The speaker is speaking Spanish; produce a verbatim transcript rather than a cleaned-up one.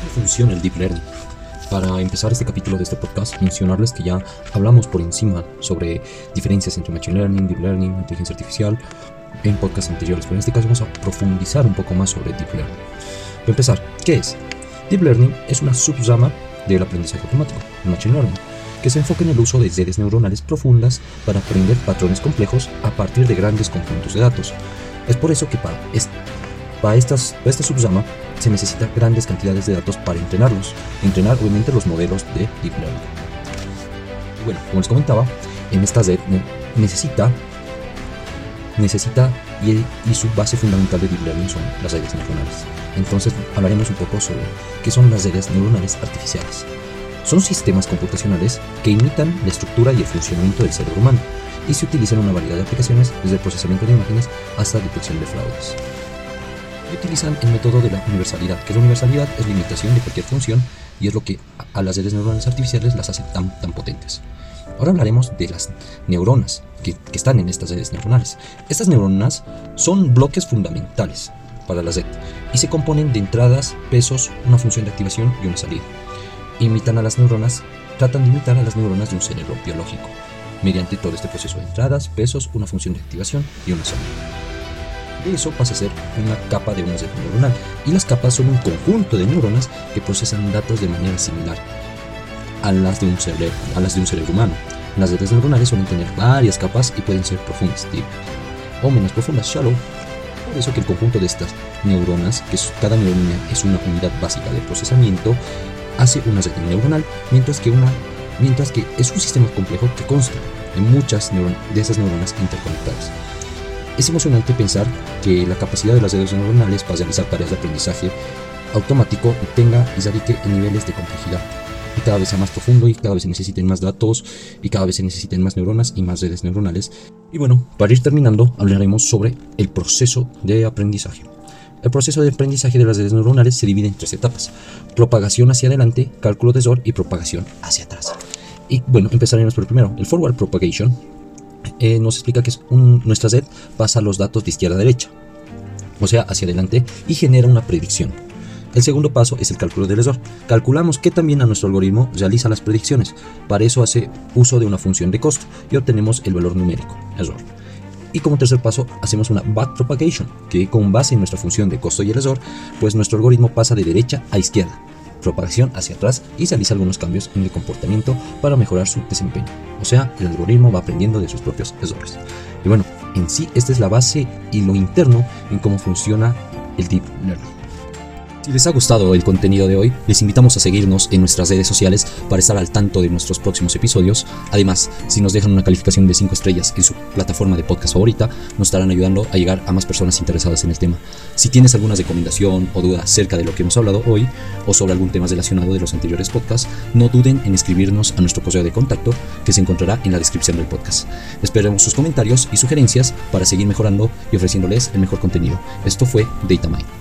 funciona el Deep Learning? Para empezar este capítulo de este podcast, mencionarles que ya hablamos por encima sobre diferencias entre Machine Learning, Deep Learning, inteligencia artificial en podcasts anteriores, pero en este caso vamos a profundizar un poco más sobre Deep Learning. Para empezar, ¿qué es? Deep Learning es una subrama del aprendizaje automático, el Machine Learning, que se enfoca en el uso de redes neuronales profundas para aprender patrones complejos a partir de grandes conjuntos de datos. Es por eso que para, es, para, estas, para esta subrama se necesitan grandes cantidades de datos para entrenarlos, entrenar obviamente los modelos de Deep Learning. Y bueno, como les comentaba, en esta red necesita, necesita y, y su base fundamental de Deep Learning son las redes neuronales. Entonces hablaremos un poco sobre qué son las redes neuronales artificiales. Son sistemas computacionales que imitan la estructura y el funcionamiento del cerebro humano y se utilizan en una variedad de aplicaciones, desde el procesamiento de imágenes hasta detección de fraudes. Y utilizan el método de la universalidad, que la universalidad es la imitación de cualquier función y es lo que a las redes neuronales artificiales las hace tan, tan potentes. Ahora hablaremos de las neuronas que, que están en estas redes neuronales. Estas neuronas son bloques fundamentales para la red y se componen de entradas, pesos, una función de activación y una salida. Imitan a las neuronas, tratan de imitar a las neuronas de un cerebro biológico, mediante todo este proceso de entradas, pesos, una función de activación y una salida. De eso pasa a ser una capa de una red neuronal, y las capas son un conjunto de neuronas que procesan datos de manera similar a las de un cerebro, a las de un cerebro humano. Las redes neuronales suelen tener varias capas y pueden ser profundas, deep, o menos profundas, shallow. Por eso que el conjunto de estas neuronas, que cada neurona es una unidad básica de procesamiento, hace una red neuronal, mientras que, una, mientras que es un sistema complejo que consta de muchas de esas neuronas interconectadas. Es emocionante pensar que la capacidad de las redes neuronales para realizar tareas de aprendizaje automático tenga y radique en niveles de complejidad, y cada vez sea más profundo, y cada vez se necesiten más datos, y cada vez se necesiten más neuronas y más redes neuronales. Y bueno, para ir terminando, hablaremos sobre el proceso de aprendizaje. El proceso de aprendizaje de las redes neuronales se divide en tres etapas: propagación hacia adelante, cálculo de error y propagación hacia atrás. Y bueno, empezaremos por el primero, el forward propagation. Eh, nos explica que es un, nuestra red pasa los datos de izquierda a derecha, o sea, hacia adelante, y genera una predicción. El segundo paso es el cálculo del error. Calculamos qué también a nuestro algoritmo realiza las predicciones. Para eso hace uso de una función de costo y obtenemos el valor numérico, error. Y como tercer paso hacemos una backpropagation, que con base en nuestra función de costo y el error, pues nuestro algoritmo pasa de derecha a izquierda, propagación hacia atrás, y realiza algunos cambios en el comportamiento para mejorar su desempeño. O sea, el algoritmo va aprendiendo de sus propios errores. Y bueno, en sí esta es la base y lo interno en cómo funciona el Deep Learning. Si les ha gustado el contenido de hoy, les invitamos a seguirnos en nuestras redes sociales para estar al tanto de nuestros próximos episodios. Además, si nos dejan una calificación de cinco estrellas en su plataforma de podcast favorita, nos estarán ayudando a llegar a más personas interesadas en el tema. Si tienes alguna recomendación o duda acerca de lo que hemos hablado hoy, o sobre algún tema relacionado de los anteriores podcasts, no duden en escribirnos a nuestro correo de contacto, que se encontrará en la descripción del podcast. Esperemos sus comentarios y sugerencias para seguir mejorando y ofreciéndoles el mejor contenido. Esto fue DataMind.